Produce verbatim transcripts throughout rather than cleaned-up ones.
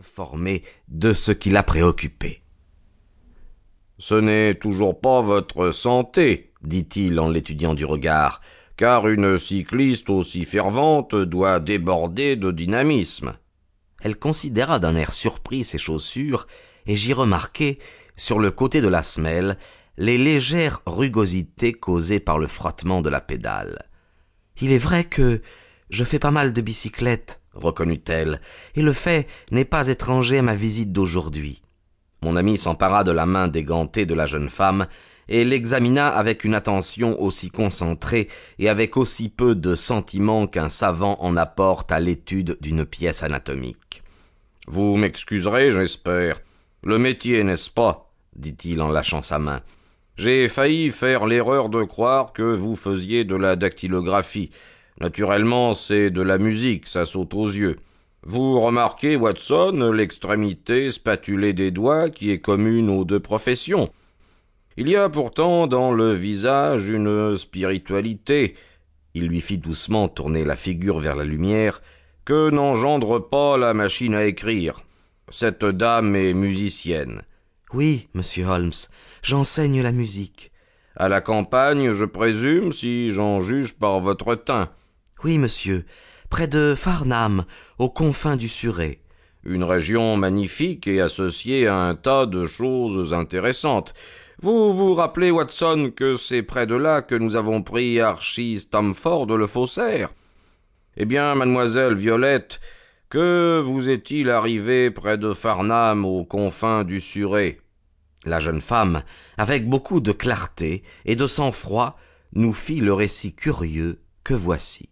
informé de ce qui la préoccupait. « Ce n'est toujours pas votre santé, dit-il en l'étudiant du regard, car une cycliste aussi fervente doit déborder de dynamisme. » Elle considéra d'un air surpris ses chaussures, et j'y remarquai, sur le côté de la semelle, les légères rugosités causées par le frottement de la pédale. « Il est vrai que je fais pas mal de bicyclette, » reconnut-elle, « et le fait n'est pas étranger à ma visite d'aujourd'hui. » Mon ami s'empara de la main dégantée de la jeune femme et l'examina avec une attention aussi concentrée et avec aussi peu de sentiment qu'un savant en apporte à l'étude d'une pièce anatomique. « Vous m'excuserez, j'espère. Le métier, n'est-ce pas ?» dit-il en lâchant sa main. « J'ai failli faire l'erreur de croire que vous faisiez de la dactylographie. Naturellement, c'est de la musique, ça saute aux yeux. Vous remarquez, Watson, l'extrémité spatulée des doigts qui est commune aux deux professions. Il y a pourtant dans le visage une spiritualité, il lui fit doucement tourner la figure vers la lumière, que n'engendre pas la machine à écrire. Cette dame est musicienne. »« Oui, monsieur Holmes, j'enseigne la musique. »« À la campagne, je présume, si j'en juge par votre teint. »« Oui, monsieur, près de Farnham, aux confins du Surrey. »« Une région magnifique et associée à un tas de choses intéressantes. Vous vous rappelez, Watson, que c'est près de là que nous avons pris Archie Stamford le faussaire. Eh bien, mademoiselle Violette, que vous est-il arrivé près de Farnham, aux confins du Surrey ?» La jeune femme, avec beaucoup de clarté et de sang-froid, nous fit le récit curieux que voici.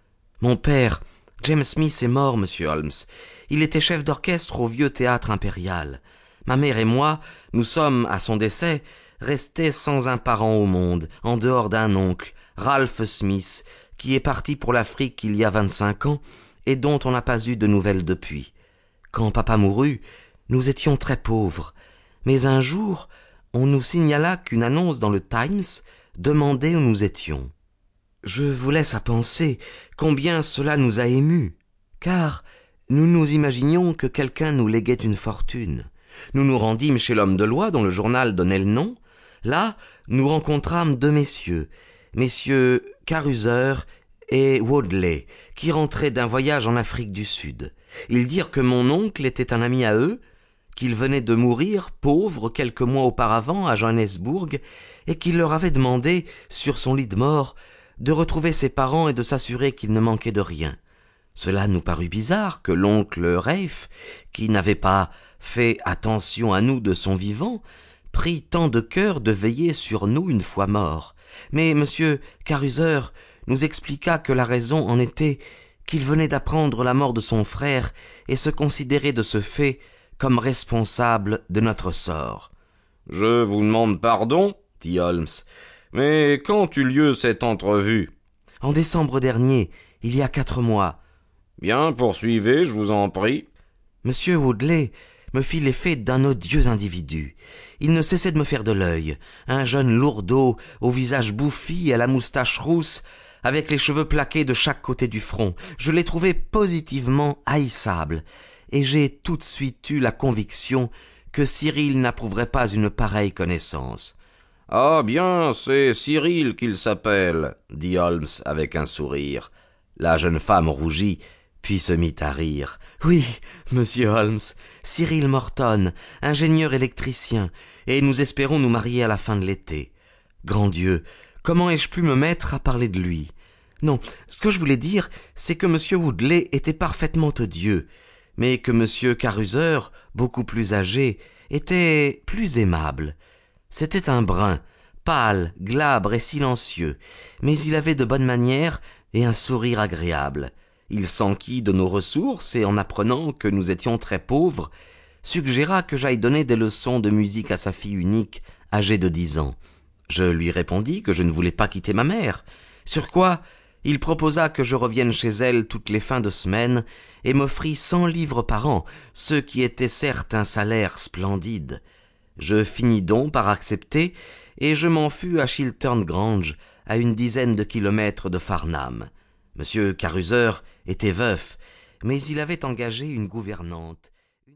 « Mon père, James Smith, est mort, monsieur Holmes. Il était chef d'orchestre au vieux théâtre impérial. Ma mère et moi, nous sommes, à son décès, restés sans un parent au monde, en dehors d'un oncle, Ralph Smith, qui est parti pour l'Afrique il y a vingt-cinq ans et dont on n'a pas eu de nouvelles depuis. Quand papa mourut, nous étions très pauvres. Mais un jour, on nous signala qu'une annonce dans le Times demandait où nous étions. Je vous laisse à penser combien cela nous a émus, car nous nous imaginions que quelqu'un nous léguait une fortune. Nous nous rendîmes chez l'homme de loi dont le journal donnait le nom. Là, nous rencontrâmes deux messieurs, messieurs Caruser et Wadley, qui rentraient d'un voyage en Afrique du Sud. Ils dirent que mon oncle était un ami à eux, qu'il venait de mourir, pauvre, quelques mois auparavant à Johannesburg, et qu'il leur avait demandé, sur son lit de mort, de retrouver ses parents et de s'assurer qu'il ne manquait de rien. Cela nous parut bizarre que l'oncle Rafe, qui n'avait pas fait attention à nous de son vivant, prit tant de cœur de veiller sur nous une fois mort. Mais M. Caruser nous expliqua que la raison en était qu'il venait d'apprendre la mort de son frère et se considérait de ce fait comme responsable de notre sort. « Je vous demande pardon, » dit Holmes, « mais quand eut lieu cette entrevue ?»« En décembre dernier, il y a quatre mois. »« Bien, poursuivez, je vous en prie. »« Monsieur Woodley me fit l'effet d'un odieux individu. Il ne cessait de me faire de l'œil, un jeune lourdeau au visage bouffi et à la moustache rousse, avec les cheveux plaqués de chaque côté du front. Je l'ai trouvé positivement haïssable, et j'ai tout de suite eu la conviction que Cyril n'approuverait pas une pareille connaissance. « Ah bien, c'est Cyril qu'il s'appelle, » dit Holmes avec un sourire. La jeune femme rougit, puis se mit à rire. « Oui, monsieur Holmes, Cyril Morton, ingénieur électricien, et nous espérons nous marier à la fin de l'été. Grand Dieu, comment ai-je pu me mettre à parler de lui? Non, ce que je voulais dire, c'est que monsieur Woodley était parfaitement odieux, mais que monsieur Caruser, beaucoup plus âgé, était plus aimable. C'était un brun, pâle, glabre et silencieux, mais il avait de bonnes manières et un sourire agréable. Il s'enquit de nos ressources et, en apprenant que nous étions très pauvres, suggéra que j'aille donner des leçons de musique à sa fille unique, âgée de dix ans. Je lui répondis que je ne voulais pas quitter ma mère, sur quoi il proposa que je revienne chez elle toutes les fins de semaine et m'offrit cent livres par an, ce qui était certes un salaire splendide. Je finis donc par accepter, et je m'en fus à Chiltern Grange, à une dizaine de kilomètres de Farnham. Monsieur Caruser était veuf, mais il avait engagé une gouvernante,